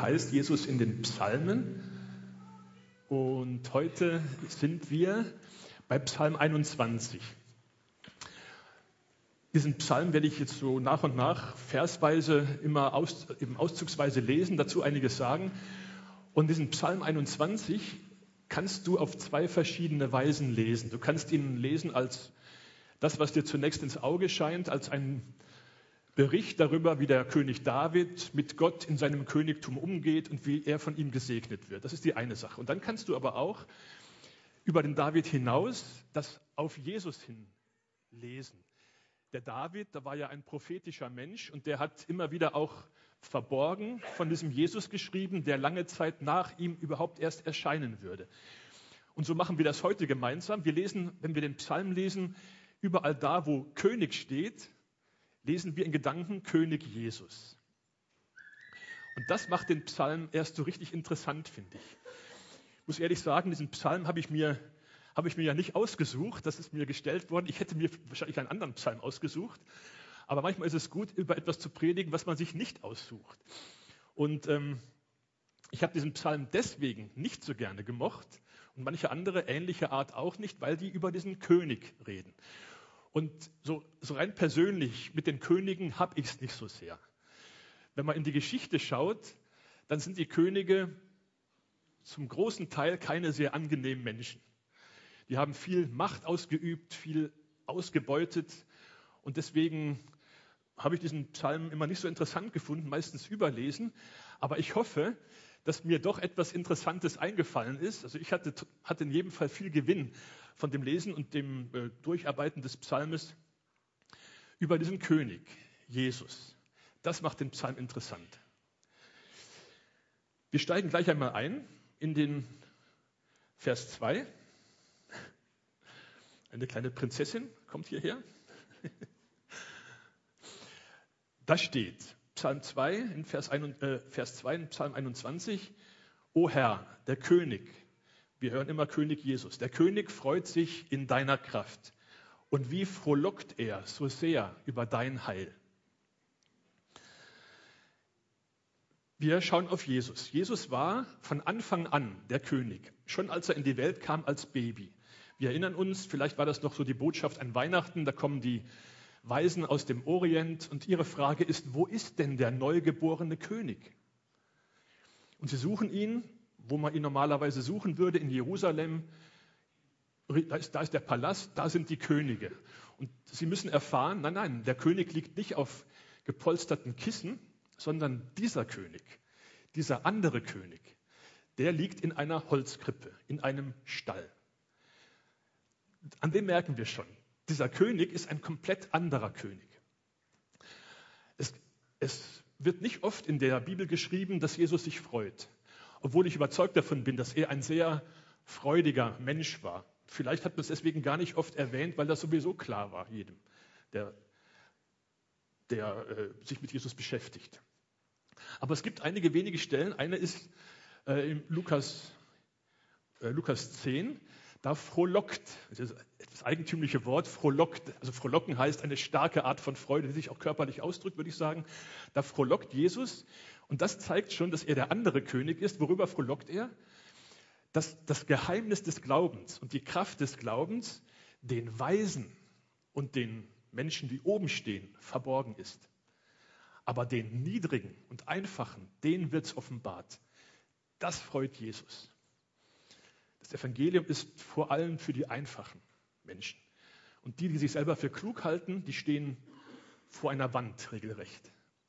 heißt Jesus in den Psalmen. Und heute sind wir bei Psalm 21. Diesen Psalm werde ich jetzt so nach und nach versweise, immer auszugsweise lesen, dazu einiges sagen. Und diesen Psalm 21 kannst du auf zwei verschiedene Weisen lesen. Du kannst ihn lesen als das, was dir zunächst ins Auge scheint, als ein Bericht darüber, wie der König David mit Gott in seinem Königtum umgeht und wie er von ihm gesegnet wird. Das ist die eine Sache. Und dann kannst du aber auch über den David hinaus das auf Jesus hin lesen. Der David, da war ja ein prophetischer Mensch und der hat immer wieder auch verborgen von diesem Jesus geschrieben, der lange Zeit nach ihm überhaupt erst erscheinen würde. Und so machen wir das heute gemeinsam. Wir lesen, wenn wir den Psalm lesen, überall da, wo König steht, lesen wir in Gedanken König Jesus. Und das macht den Psalm erst so richtig interessant, finde ich. Ich muss ehrlich sagen, diesen Psalm habe ich mir ja nicht ausgesucht, das ist mir gestellt worden. Ich hätte mir wahrscheinlich einen anderen Psalm ausgesucht. Aber manchmal ist es gut, über etwas zu predigen, was man sich nicht aussucht. Und ich habe diesen Psalm deswegen nicht so gerne gemocht und manche andere ähnliche Art auch nicht, weil die über diesen König reden. Und so rein persönlich mit den Königen habe ich es nicht so sehr. Wenn man in die Geschichte schaut, dann sind die Könige zum großen Teil keine sehr angenehmen Menschen. Die haben viel Macht ausgeübt, viel ausgebeutet und deswegen habe ich diesen Psalm immer nicht so interessant gefunden, meistens überlesen. Aber ich hoffe, dass mir doch etwas Interessantes eingefallen ist. Also ich hatte in jedem Fall viel Gewinn von dem Lesen und dem Durcharbeiten des Psalmes über diesen König, Jesus. Das macht den Psalm interessant. Wir steigen gleich einmal ein in den Vers 2. Eine kleine Prinzessin kommt hierher. Da steht, Psalm 2, in Vers 2 in Psalm 21, O Herr, der König, wir hören immer König Jesus, der König freut sich in deiner Kraft. Und wie frohlockt er so sehr über dein Heil. Wir schauen auf Jesus. Jesus war von Anfang an der König, schon als er in die Welt kam als Baby. Wir erinnern uns, vielleicht war das noch so die Botschaft an Weihnachten, da kommen die Weisen aus dem Orient und ihre Frage ist, wo ist denn der neugeborene König? Und sie suchen ihn, wo man ihn normalerweise suchen würde, in Jerusalem. Da ist der Palast, da sind die Könige. Und sie müssen erfahren, nein, der König liegt nicht auf gepolsterten Kissen, sondern dieser König, dieser andere König, der liegt in einer Holzkrippe, in einem Stall. An dem merken wir schon, dieser König ist ein komplett anderer König. Es wird nicht oft in der Bibel geschrieben, dass Jesus sich freut, obwohl ich überzeugt davon bin, dass er ein sehr freudiger Mensch war. Vielleicht hat man es deswegen gar nicht oft erwähnt, weil das sowieso klar war jedem, der sich mit Jesus beschäftigt. Aber es gibt einige wenige Stellen. Eine ist in Lukas 10, da frohlockt, das ist das eigentümliche Wort, frohlockt, also frohlocken heißt eine starke Art von Freude, die sich auch körperlich ausdrückt, würde ich sagen. Da frohlockt Jesus und das zeigt schon, dass er der andere König ist. Worüber frohlockt er? Dass das Geheimnis des Glaubens und die Kraft des Glaubens den Weisen und den Menschen, die oben stehen, verborgen ist. Aber den Niedrigen und Einfachen, denen wird es offenbart. Das freut Jesus. Das Evangelium ist vor allem für die einfachen Menschen. Und die sich selber für klug halten, die stehen vor einer Wand regelrecht.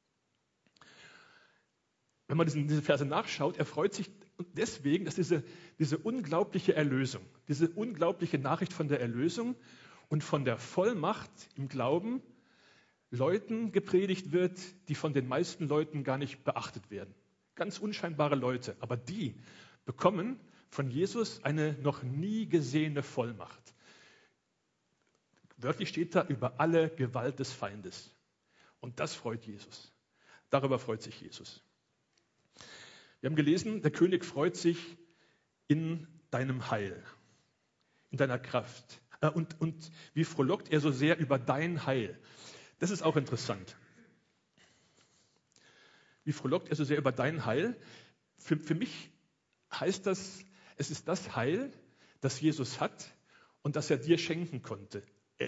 Wenn man diese Verse nachschaut, er freut sich deswegen, dass diese unglaubliche Erlösung, diese unglaubliche Nachricht von der Erlösung und von der Vollmacht im Glauben Leuten gepredigt wird, die von den meisten Leuten gar nicht beachtet werden. Ganz unscheinbare Leute, aber die bekommen von Jesus eine noch nie gesehene Vollmacht. Wörtlich steht da über alle Gewalt des Feindes. Und das freut Jesus. Darüber freut sich Jesus. Wir haben gelesen, der König freut sich in deinem Heil, in deiner Kraft. Und wie frohlockt er so sehr über dein Heil. Das ist auch interessant. Wie frohlockt er so sehr über dein Heil? Für mich heißt das, es ist das Heil, das Jesus hat und das er dir schenken konnte.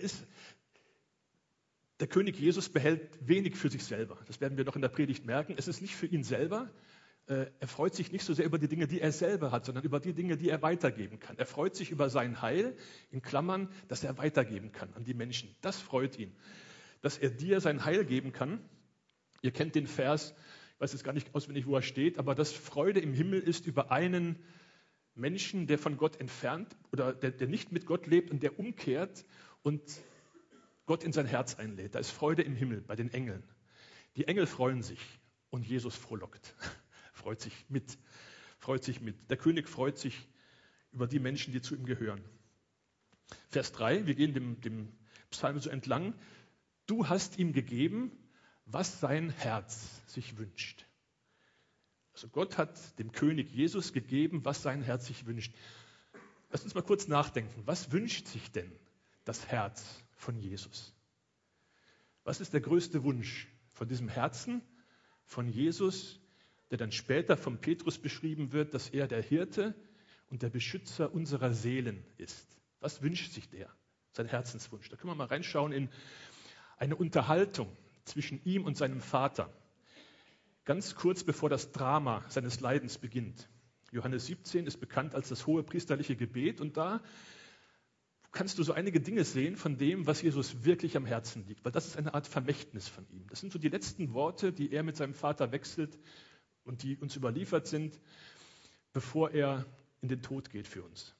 Der König Jesus behält wenig für sich selber. Das werden wir noch in der Predigt merken. Es ist nicht für ihn selber. Er freut sich nicht so sehr über die Dinge, die er selber hat, sondern über die Dinge, die er weitergeben kann. Er freut sich über sein Heil, in Klammern, das er weitergeben kann an die Menschen. Das freut ihn, dass er dir sein Heil geben kann. Ihr kennt den Vers, ich weiß jetzt gar nicht auswendig, wo er steht, aber dass Freude im Himmel ist über einen Menschen, der von Gott entfernt oder der nicht mit Gott lebt und der umkehrt und Gott in sein Herz einlädt. Da ist Freude im Himmel bei den Engeln. Die Engel freuen sich und Jesus frohlockt, freut sich mit. Der König freut sich über die Menschen, die zu ihm gehören. Vers 3, wir gehen dem Psalm so entlang. Du hast ihm gegeben, was sein Herz sich wünscht. Also Gott hat dem König Jesus gegeben, was sein Herz sich wünscht. Lass uns mal kurz nachdenken. Was wünscht sich denn das Herz von Jesus? Was ist der größte Wunsch von diesem Herzen von Jesus, der dann später von Petrus beschrieben wird, dass er der Hirte und der Beschützer unserer Seelen ist? Was wünscht sich der? Sein Herzenswunsch. Da können wir mal reinschauen in eine Unterhaltung zwischen ihm und seinem Vater. Ganz kurz bevor das Drama seines Leidens beginnt. Johannes 17 ist bekannt als das hohepriesterliche Gebet und da kannst du so einige Dinge sehen von dem, was Jesus wirklich am Herzen liegt, weil das ist eine Art Vermächtnis von ihm. Das sind so die letzten Worte, die er mit seinem Vater wechselt und die uns überliefert sind, bevor er in den Tod geht für uns.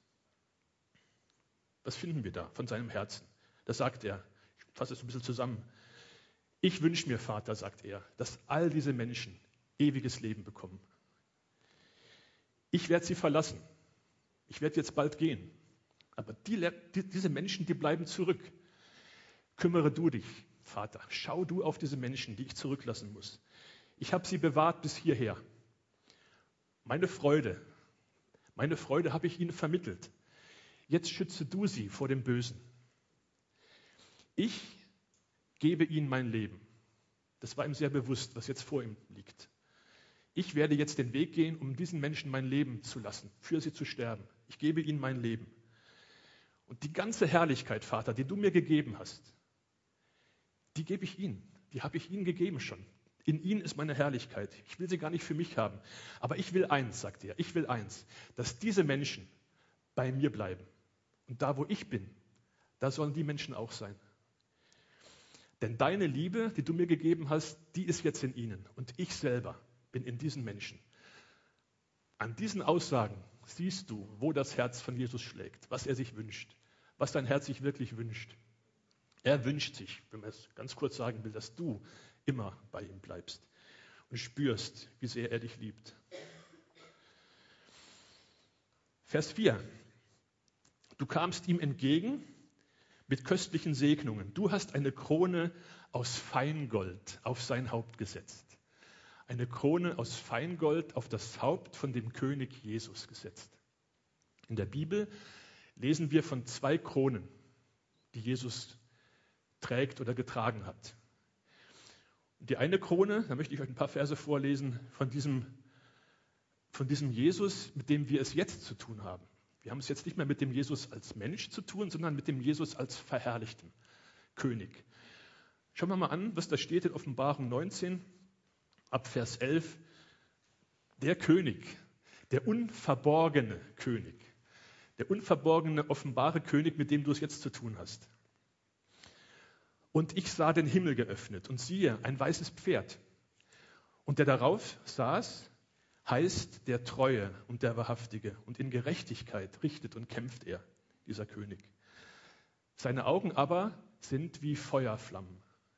Was finden wir da von seinem Herzen? Da sagt er, ich fasse es ein bisschen zusammen, ich wünsche mir, Vater, sagt er, dass all diese Menschen ewiges Leben bekommen. Ich werde sie verlassen. Ich werde jetzt bald gehen. Aber diese Menschen, die bleiben zurück. Kümmere du dich, Vater. Schau du auf diese Menschen, die ich zurücklassen muss. Ich habe sie bewahrt bis hierher. Meine Freude habe ich ihnen vermittelt. Jetzt schütze du sie vor dem Bösen. Ich gebe ihnen mein Leben. Das war ihm sehr bewusst, was jetzt vor ihm liegt. Ich werde jetzt den Weg gehen, um diesen Menschen mein Leben zu lassen, für sie zu sterben. Ich gebe ihnen mein Leben. Und die ganze Herrlichkeit, Vater, die du mir gegeben hast, die gebe ich ihnen. Die habe ich ihnen gegeben schon. In ihnen ist meine Herrlichkeit. Ich will sie gar nicht für mich haben. Aber ich will eins, sagt er, ich will eins, dass diese Menschen bei mir bleiben. Und da, wo ich bin, da sollen die Menschen auch sein. Denn deine Liebe, die du mir gegeben hast, die ist jetzt in ihnen. Und ich selber bin in diesen Menschen. An diesen Aussagen siehst du, wo das Herz von Jesus schlägt, was er sich wünscht, was dein Herz sich wirklich wünscht. Er wünscht sich, wenn man es ganz kurz sagen will, dass du immer bei ihm bleibst und spürst, wie sehr er dich liebt. Vers 4. Du kamst ihm entgegen mit köstlichen Segnungen. Du hast eine Krone aus Feingold auf sein Haupt gesetzt. Eine Krone aus Feingold auf das Haupt von dem König Jesus gesetzt. In der Bibel lesen wir von 2 Kronen, die Jesus trägt oder getragen hat. Die eine Krone, da möchte ich euch ein paar Verse vorlesen, von diesem Jesus, mit dem wir es jetzt zu tun haben. Wir haben es jetzt nicht mehr mit dem Jesus als Mensch zu tun, sondern mit dem Jesus als verherrlichten König. Schauen wir mal an, was da steht in Offenbarung 19, ab Vers 11. Der König, der unverborgene König, der unverborgene, offenbare König, mit dem du es jetzt zu tun hast. Und ich sah den Himmel geöffnet und siehe, ein weißes Pferd. Und der darauf saß, heißt der Treue und der Wahrhaftige. Und in Gerechtigkeit richtet und kämpft er, dieser König. Seine Augen aber sind wie Feuerflammen.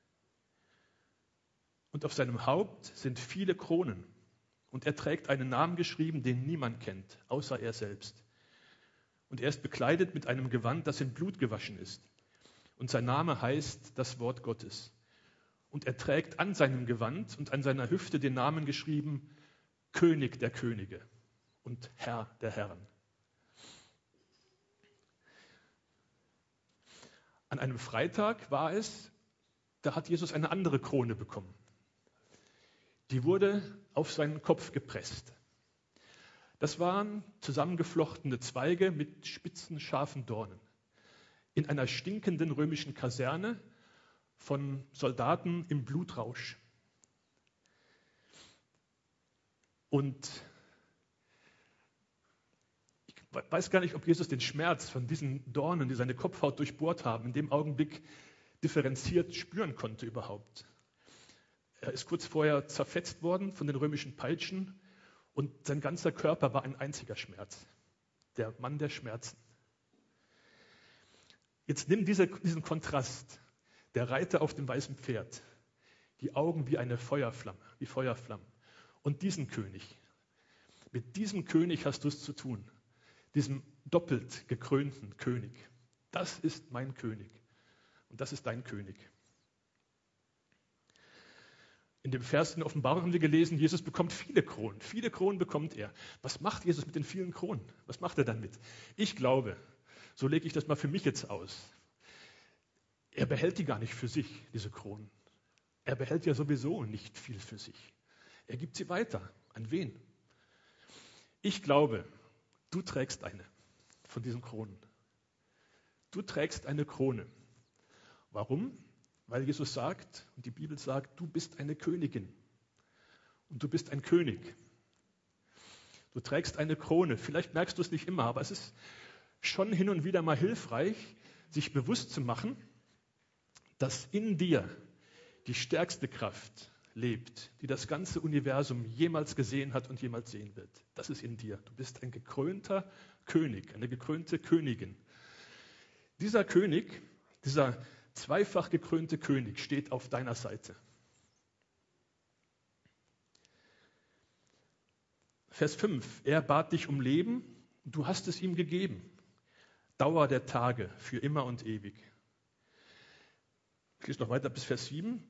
Und auf seinem Haupt sind viele Kronen. Und er trägt einen Namen geschrieben, den niemand kennt, außer er selbst. Und er ist bekleidet mit einem Gewand, das in Blut gewaschen ist. Und sein Name heißt das Wort Gottes. Und er trägt an seinem Gewand und an seiner Hüfte den Namen geschrieben, König der Könige und Herr der Herren. An einem Freitag war es, da hat Jesus eine andere Krone bekommen. Die wurde auf seinen Kopf gepresst. Das waren zusammengeflochtene Zweige mit spitzen, scharfen Dornen. In einer stinkenden römischen Kaserne von Soldaten im Blutrausch. Und ich weiß gar nicht, ob Jesus den Schmerz von diesen Dornen, die seine Kopfhaut durchbohrt haben, in dem Augenblick differenziert spüren konnte überhaupt. Er ist kurz vorher zerfetzt worden von den römischen Peitschen und sein ganzer Körper war ein einziger Schmerz. Der Mann der Schmerzen. Jetzt nimm diesen Kontrast. Der Reiter auf dem weißen Pferd, die Augen wie eine Feuerflamme, wie Feuerflammen. Und diesen König. Mit diesem König hast du es zu tun. Diesem doppelt gekrönten König. Das ist mein König. Und das ist dein König. In dem Vers in der Offenbarung haben wir gelesen, Jesus bekommt viele Kronen. Viele Kronen bekommt er. Was macht Jesus mit den vielen Kronen? Was macht er damit? Ich glaube, so lege ich das mal für mich jetzt aus, er behält die gar nicht für sich, diese Kronen. Er behält ja sowieso nicht viel für sich. Er gibt sie weiter. An wen? Ich glaube, du trägst eine von diesen Kronen. Du trägst eine Krone. Warum? Weil Jesus sagt und die Bibel sagt, du bist eine Königin und du bist ein König. Du trägst eine Krone. Vielleicht merkst du es nicht immer, aber es ist schon hin und wieder mal hilfreich, sich bewusst zu machen, dass in dir die stärkste Kraft lebt, die das ganze Universum jemals gesehen hat und jemals sehen wird. Das ist in dir. Du bist ein gekrönter König, eine gekrönte Königin. Dieser König, dieser zweifach gekrönte König steht auf deiner Seite. Vers 5. Er bat dich um Leben, du hast es ihm gegeben. Dauer der Tage für immer und ewig. Ich lese noch weiter bis Vers 7.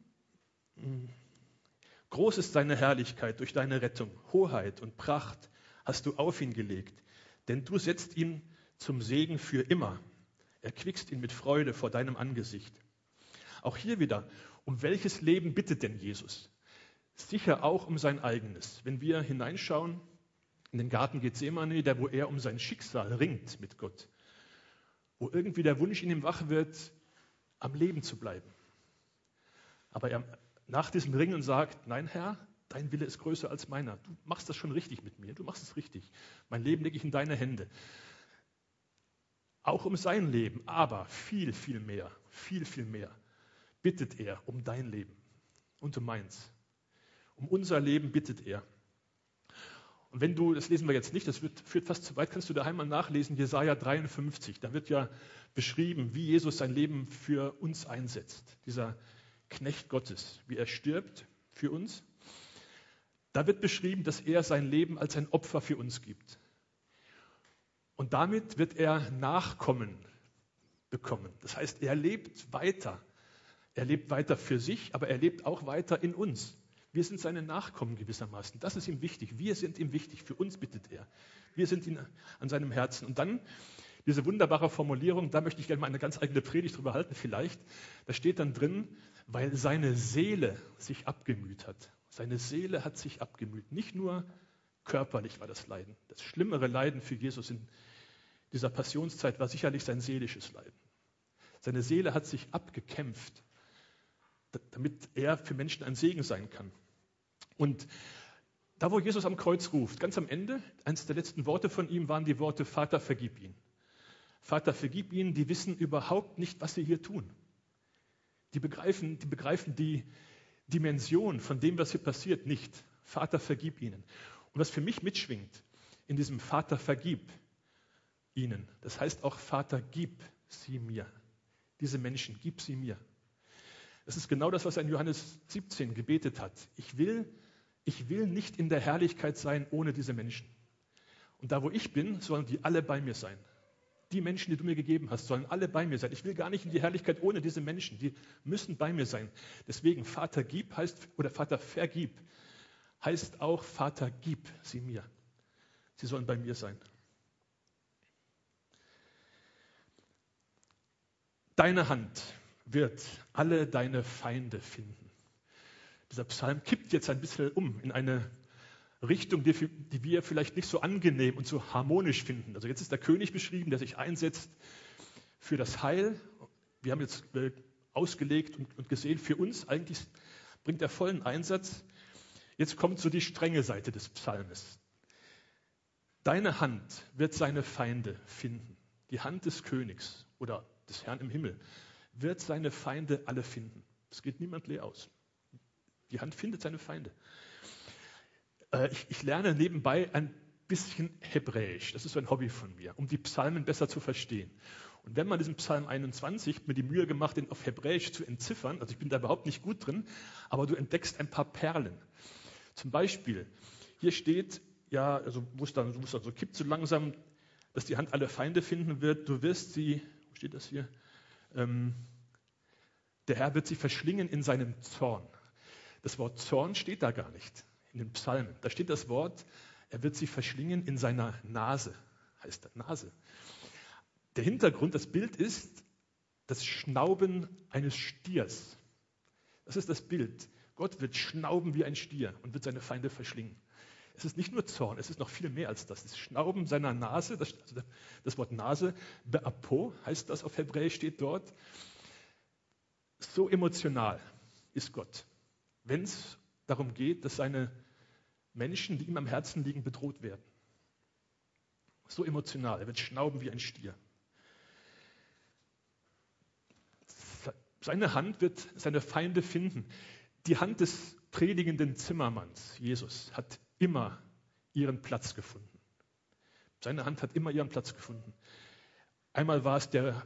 Groß ist seine Herrlichkeit durch deine Rettung. Hoheit und Pracht hast du auf ihn gelegt. Denn du setzt ihn zum Segen für immer. Erquickst ihn mit Freude vor deinem Angesicht. Auch hier wieder, um welches Leben bittet denn Jesus? Sicher auch um sein eigenes. Wenn wir hineinschauen in den Garten Gethsemane, wo er um sein Schicksal ringt mit Gott, wo irgendwie der Wunsch in ihm wach wird, am Leben zu bleiben. Aber er nach diesem Ringen sagt, nein Herr, dein Wille ist größer als meiner. Du machst das schon richtig mit mir, du machst es richtig. Mein Leben lege ich in deine Hände. Auch um sein Leben, aber viel, viel mehr bittet er um dein Leben und um meins. Um unser Leben bittet er. Und wenn du, das lesen wir jetzt nicht, das führt fast zu weit, kannst du daheim mal nachlesen, Jesaja 53. Da wird ja beschrieben, wie Jesus sein Leben für uns einsetzt. Dieser Knecht Gottes, wie er stirbt für uns. Da wird beschrieben, dass er sein Leben als ein Opfer für uns gibt. Und damit wird er Nachkommen bekommen. Das heißt, er lebt weiter. Er lebt weiter für sich, aber er lebt auch weiter in uns. Wir sind seine Nachkommen gewissermaßen. Das ist ihm wichtig. Wir sind ihm wichtig. Für uns bittet er. Wir sind ihn an seinem Herzen. Und dann diese wunderbare Formulierung, da möchte ich gerne mal eine ganz eigene Predigt drüber halten vielleicht. Da steht dann drin, weil seine Seele sich abgemüht hat. Seine Seele hat sich abgemüht. Nicht nur körperlich war das Leiden. Das schlimmere Leiden für Jesus in dieser Passionszeit war sicherlich sein seelisches Leiden. Seine Seele hat sich abgekämpft, damit er für Menschen ein Segen sein kann. Und da, wo Jesus am Kreuz ruft, ganz am Ende, eines der letzten Worte von ihm waren die Worte, Vater, vergib ihnen. Vater, vergib ihnen, die wissen überhaupt nicht, was sie hier tun. Die begreifen die Dimension von dem, was hier passiert, nicht. Vater, vergib ihnen. Und was für mich mitschwingt in diesem Vater, vergib ihnen, das heißt auch Vater, gib sie mir. Diese Menschen, gib sie mir. Das ist genau das, was er in Johannes 17 gebetet hat. Ich will nicht in der Herrlichkeit sein ohne diese Menschen. Und da, wo ich bin, sollen die alle bei mir sein. Die Menschen, die du mir gegeben hast, sollen alle bei mir sein. Ich will gar nicht in die Herrlichkeit ohne diese Menschen. Die müssen bei mir sein. Deswegen Vater gib oder Vater vergib heißt auch Vater gib sie mir. Sie sollen bei mir sein. Deine Hand wird alle deine Feinde finden. Dieser Psalm kippt jetzt ein bisschen um in eine Richtung, die wir vielleicht nicht so angenehm und so harmonisch finden. Also jetzt ist der König beschrieben, der sich einsetzt für das Heil. Wir haben jetzt ausgelegt und gesehen, für uns eigentlich bringt er vollen Einsatz. Jetzt kommt so die strenge Seite des Psalmes. Deine Hand wird seine Feinde finden. Die Hand des Königs oder des Herrn im Himmel wird seine Feinde alle finden. Es geht niemand leer aus. Die Hand findet seine Feinde. Ich lerne nebenbei ein bisschen Hebräisch. Das ist so ein Hobby von mir, um die Psalmen besser zu verstehen. Und wenn man diesen Psalm 21 mir die Mühe gemacht, den auf Hebräisch zu entziffern, also ich bin da überhaupt nicht gut drin, aber du entdeckst ein paar Perlen. Zum Beispiel, hier steht, ja, also wo es dann so kippt so langsam, dass die Hand alle Feinde finden wird. Du wirst sie, wo steht das hier? Der Herr wird sie verschlingen in seinem Zorn. Das Wort Zorn steht da gar nicht in den Psalmen. Da steht das Wort, er wird sie verschlingen in seiner Nase, heißt das, Nase. Der Hintergrund, das Bild ist das Schnauben eines Stiers. Das ist das Bild. Gott wird schnauben wie ein Stier und wird seine Feinde verschlingen. Es ist nicht nur Zorn, es ist noch viel mehr als das. Das Schnauben seiner Nase, das Wort Nase, Be'apo heißt das auf Hebräisch, steht dort. So emotional ist Gott, wenn es darum geht, dass seine Menschen, die ihm am Herzen liegen, bedroht werden. So emotional, er wird schnauben wie ein Stier. Seine Hand wird seine Feinde finden. Die Hand des predigenden Zimmermanns, Jesus, hat immer ihren Platz gefunden. Seine Hand hat immer ihren Platz gefunden. Einmal war es der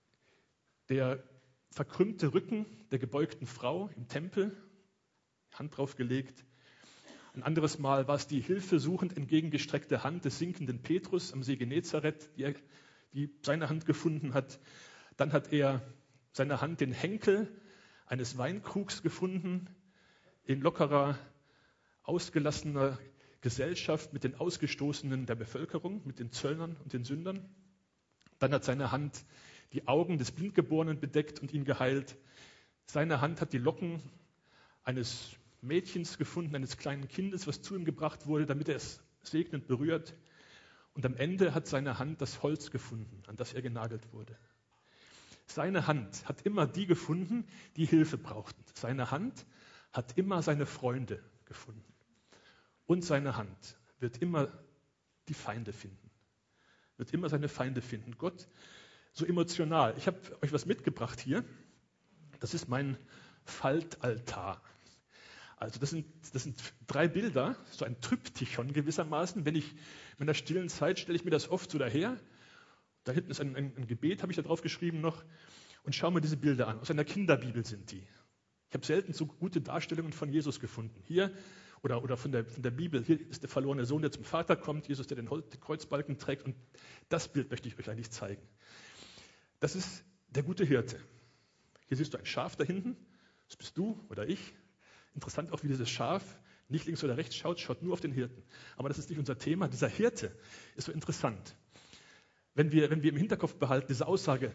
verkrümmte Rücken der gebeugten Frau im Tempel, Hand drauf gelegt. Ein anderes Mal war es die hilfesuchend entgegengestreckte Hand des sinkenden Petrus am See Genezareth, die seine Hand gefunden hat. Dann hat er seine Hand den Henkel eines Weinkrugs gefunden, in lockerer, ausgelassener Gesellschaft mit den Ausgestoßenen der Bevölkerung, mit den Zöllnern und den Sündern. Dann hat seine Hand die Augen des Blindgeborenen bedeckt und ihn geheilt. Seine Hand hat die Locken eines Mädchens gefunden, eines kleinen Kindes, was zu ihm gebracht wurde, damit er es segnend berührt. Und am Ende hat seine Hand das Holz gefunden, an das er genagelt wurde. Seine Hand hat immer die gefunden, die Hilfe brauchten. Seine Hand hat immer seine Freunde gefunden. Und seine Hand wird immer die Feinde finden. Wird immer seine Feinde finden. Gott, so emotional. Ich habe euch was mitgebracht hier. Das ist mein Faltaltar. Also das sind 3 Bilder, so ein Tryptychon gewissermaßen. Wenn ich in der stillen Zeit stelle ich mir das oft so daher. Da hinten ist ein Gebet, habe ich da drauf geschrieben noch. Und schau mir diese Bilder an. Aus einer Kinderbibel sind die. Ich habe selten so gute Darstellungen von Jesus gefunden. Hier, oder von der Bibel, hier ist der verlorene Sohn, der zum Vater kommt, Jesus, der den Kreuzbalken trägt. Und das Bild möchte ich euch eigentlich zeigen. Das ist der gute Hirte. Hier siehst du ein Schaf da hinten. Das bist du oder ich. Interessant auch, wie dieses Schaf nicht links oder rechts schaut nur auf den Hirten. Aber das ist nicht unser Thema. Dieser Hirte ist so interessant. Wenn wir im Hinterkopf behalten, diese Aussage,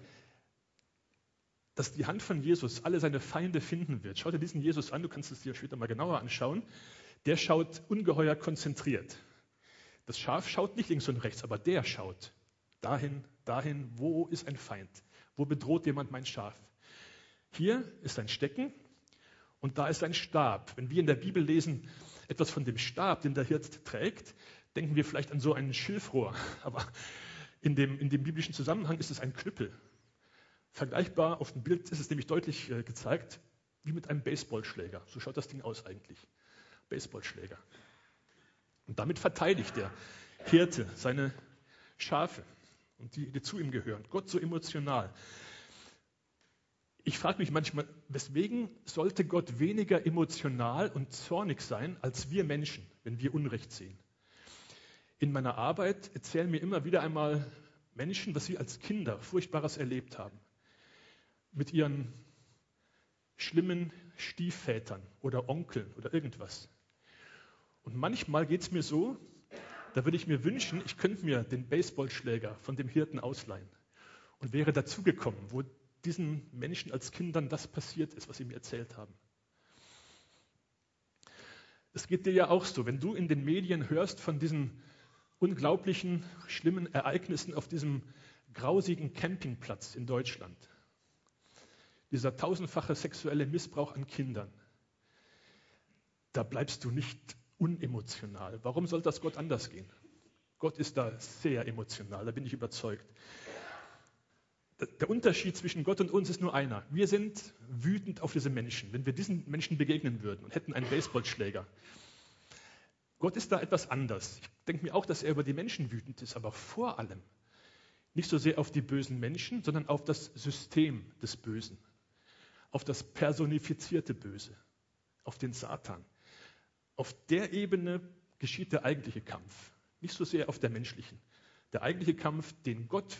dass die Hand von Jesus alle seine Feinde finden wird. Schau dir diesen Jesus an, du kannst es dir später mal genauer anschauen. Der schaut ungeheuer konzentriert. Das Schaf schaut nicht links und rechts, aber der schaut dahin, wo ist ein Feind? Wo bedroht jemand mein Schaf? Hier ist ein Stecken und da ist ein Stab. Wenn wir in der Bibel lesen, etwas von dem Stab, den der Hirt trägt, denken wir vielleicht an so ein Schilfrohr. Aber in dem biblischen Zusammenhang ist es ein Knüppel. Vergleichbar, auf dem Bild ist es nämlich deutlich gezeigt, wie mit einem Baseballschläger. So schaut das Ding aus eigentlich. Baseballschläger. Und damit verteidigt der Hirte seine Schafe und die zu ihm gehören. Gott so emotional. Ich frage mich manchmal, weswegen sollte Gott weniger emotional und zornig sein als wir Menschen, wenn wir Unrecht sehen? In meiner Arbeit erzählen mir immer wieder einmal Menschen, was sie als Kinder Furchtbares erlebt haben. Mit ihren schlimmen Stiefvätern oder Onkeln oder irgendwas. Und manchmal geht es mir so, da würde ich mir wünschen, ich könnte mir den Baseballschläger von dem Hirten ausleihen und wäre dazugekommen, wo diesen Menschen als Kindern das passiert ist, was sie mir erzählt haben. Es geht dir ja auch so, wenn du in den Medien hörst von diesen unglaublichen, schlimmen Ereignissen auf diesem grausigen Campingplatz in Deutschland. Dieser tausendfache sexuelle Missbrauch an Kindern. Da bleibst du nicht unemotional. Warum soll das Gott anders gehen? Gott ist da sehr emotional, da bin ich überzeugt. Der Unterschied zwischen Gott und uns ist nur einer. Wir sind wütend auf diese Menschen. Wenn wir diesen Menschen begegnen würden und hätten einen Baseballschläger. Gott ist da etwas anders. Ich denke mir auch, dass er über die Menschen wütend ist, aber vor allem nicht so sehr auf die bösen Menschen, sondern auf das System des Bösen, auf das personifizierte Böse, auf den Satan. Auf der Ebene geschieht der eigentliche Kampf, nicht so sehr auf der menschlichen. Der eigentliche Kampf, den Gott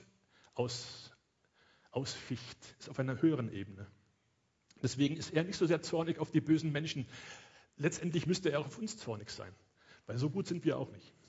ausficht, ist auf einer höheren Ebene. Deswegen ist er nicht so sehr zornig auf die bösen Menschen. Letztendlich müsste er auch auf uns zornig sein, weil so gut sind wir auch nicht.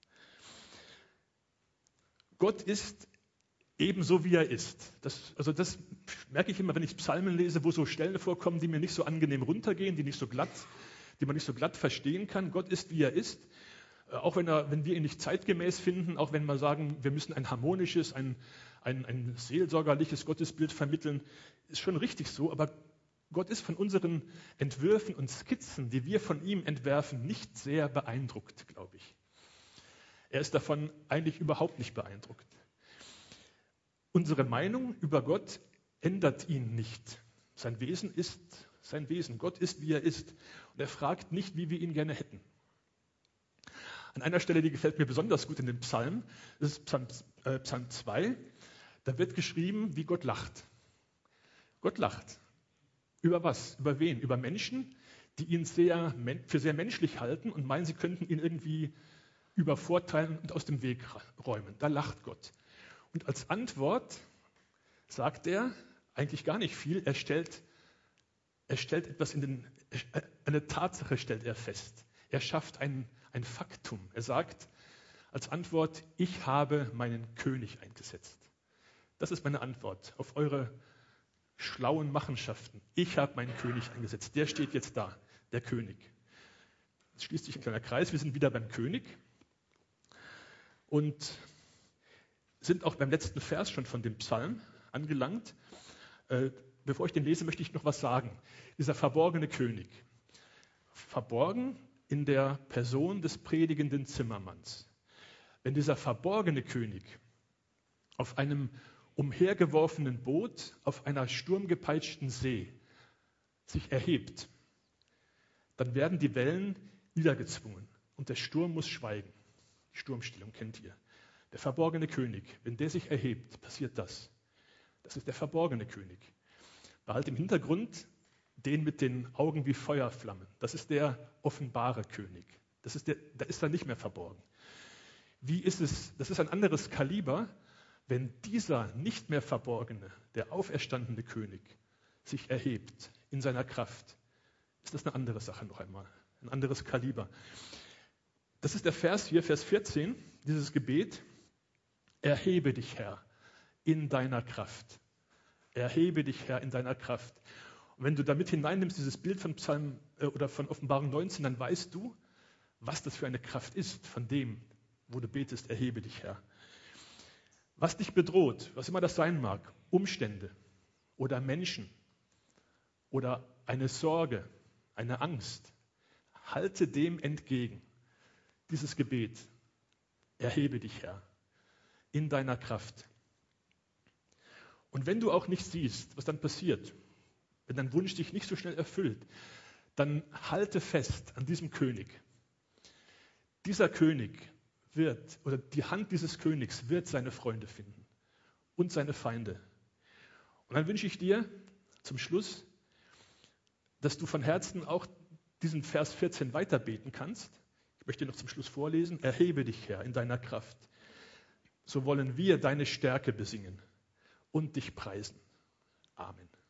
Gott ist ebenso, wie er ist. Das merke ich immer, wenn ich Psalmen lese, wo so Stellen vorkommen, die mir nicht so angenehm runtergehen, die man nicht so glatt verstehen kann. Gott ist, wie er ist. Auch wenn wir ihn nicht zeitgemäß finden, auch wenn wir sagen, wir müssen ein harmonisches, ein seelsorgerliches Gottesbild vermitteln, ist schon richtig so, aber Gott ist von unseren Entwürfen und Skizzen, die wir von ihm entwerfen, nicht sehr beeindruckt, glaube ich. Er ist davon eigentlich überhaupt nicht beeindruckt. Unsere Meinung über Gott ändert ihn nicht. Sein Wesen ist sein Wesen. Gott ist, wie er ist. Und er fragt nicht, wie wir ihn gerne hätten. An einer Stelle, die gefällt mir besonders gut in dem Psalm, das ist Psalm 2, da wird geschrieben, wie Gott lacht. Gott lacht. Über was? Über wen? Über Menschen, die ihn für sehr menschlich halten und meinen, sie könnten ihn irgendwie übervorteilen und aus dem Weg räumen. Da lacht Gott. Und als Antwort sagt er eigentlich gar nicht viel. Er stellt etwas eine Tatsache stellt er fest. Er schafft ein Faktum. Er sagt als Antwort, ich habe meinen König eingesetzt. Das ist meine Antwort auf eure schlauen Machenschaften. Ich habe meinen König eingesetzt. Der steht jetzt da, der König. Jetzt schließt sich ein kleiner Kreis. Wir sind wieder beim König und sind auch beim letzten Vers schon von dem Psalm angelangt. Bevor ich den lese, möchte ich noch was sagen. Dieser verborgene König. Verborgen in der Person des predigenden Zimmermanns. Wenn dieser verborgene König auf einem umhergeworfenen Boot auf einer sturmgepeitschten See sich erhebt, dann werden die Wellen niedergezwungen und der Sturm muss schweigen. Die Sturmstillung kennt ihr. Der verborgene König, wenn der sich erhebt, passiert das. Das ist der verborgene König. Behalt im Hintergrund den mit den Augen wie Feuerflammen. Das ist der offenbare König. Da ist er nicht mehr verborgen. Wie ist es? Das ist ein anderes Kaliber, wenn dieser nicht mehr verborgene, der auferstandene König sich erhebt in seiner Kraft. Ist das eine andere Sache noch einmal, ein anderes Kaliber. Das ist der Vers hier, Vers 14, dieses Gebet. Erhebe dich, Herr, in deiner Kraft. Erhebe dich, Herr, in deiner Kraft. Und wenn du damit hineinnimmst, dieses Bild von Psalm oder von Offenbarung 19, dann weißt du, was das für eine Kraft ist, von dem, wo du betest, erhebe dich, Herr. Was dich bedroht, was immer das sein mag, Umstände oder Menschen oder eine Sorge, eine Angst, halte dem entgegen. Dieses Gebet, erhebe dich, Herr, in deiner Kraft. Und wenn du auch nicht siehst, was dann passiert, wenn dein Wunsch dich nicht so schnell erfüllt, dann halte fest an diesem König. Dieser König oder die Hand dieses Königs wird seine Freunde finden und seine Feinde. Und dann wünsche ich dir zum Schluss, dass du von Herzen auch diesen Vers 14 weiter beten kannst. Ich möchte noch zum Schluss vorlesen. Erhebe dich, Herr, in deiner Kraft. So wollen wir deine Stärke besingen und dich preisen. Amen.